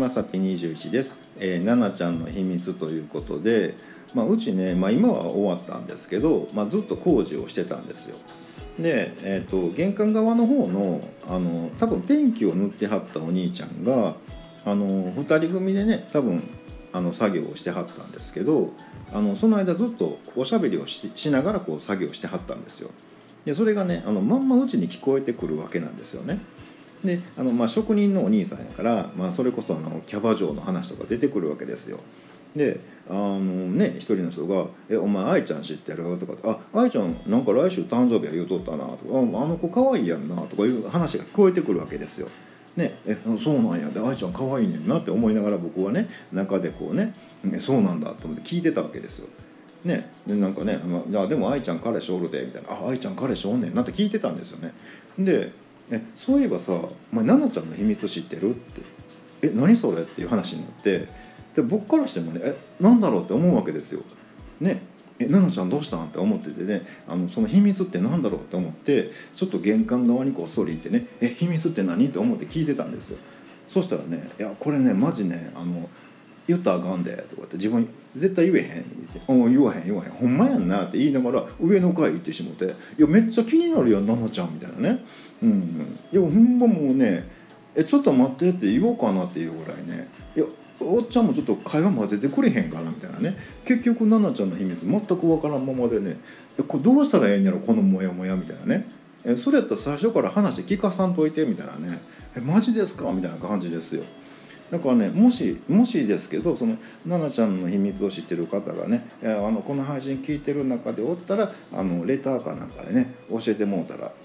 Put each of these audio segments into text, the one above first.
まさき21です。ななちゃんの秘密ということで、うちね、今は終わったんですけど、ずっと工事をしてたんですよ。で、玄関側の方の、多分ペンキを塗ってはったお兄ちゃんが2人組でね多分作業をしてはったんですけど、その間ずっとおしゃべりをしながら作業してはったんですよ。でそれがねまんまうちに聞こえてくるわけなんですよね。で職人のお兄さんやから、それこそキャバ嬢の話とか出てくるわけですよ。で一人の人が「お前愛ちゃん知ってる?」とか「愛ちゃんなんか来週誕生日や言うとったな」とか「あの子可愛いやんな」とかいう話が聞こえてくるわけですよ。ね、そうなんやで愛ちゃん可愛いねんなって思いながら僕はね中でそうなんだと思って聞いてたわけですよ。ね、でなんかね「いやでも愛ちゃん彼氏おるで」みたいな「愛ちゃん彼氏おんねんな」って聞いてたんですよね。でそういえばさ「お前奈々ちゃんの秘密知ってる?」って「何それ?」っていう話になって、で僕からしてもねなんだろうって思うわけですよ。ね、奈々ちゃんどうしたんって思っててねその秘密ってなんだろうって思ってちょっと玄関側にこっそり行ってね秘密って何って思って聞いてたんですよ。そしたらねいやこれねマジね言ったらあかんでとかって自分絶対言えへんって言わへんほんまやんなって言いながら上の階行ってしもていやめっちゃ気になるやん奈々ちゃんみたいなね、いやほんまもうねちょっと待ってって言おうかなっていうぐらいねいやおっちゃんもちょっと会話混ぜてくれへんかなみたいなね結局奈々ちゃんの秘密全く分からんままでねこれどうしたらええんやろこのモヤモヤみたいなねそれやったら最初から話聞かさんといてみたいなねマジですかみたいな感じですよ。だからねもしですけどその奈々ちゃんの秘密を知ってる方がねこの配信聞いてる中でおったらレターかなんかでね教えてもうたら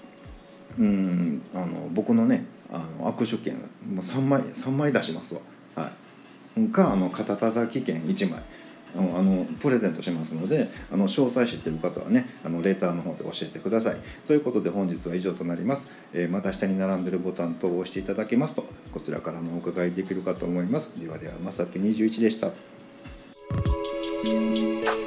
僕のね握手券もう3枚出しますわ。か肩たたき券1枚プレゼントしますので詳細知ってる方はねレターの方で教えてください。ということで本日は以上となります。また下に並んでるボタン等を押していただけますとこちらからもお伺いできるかと思います。ではまさき21でした。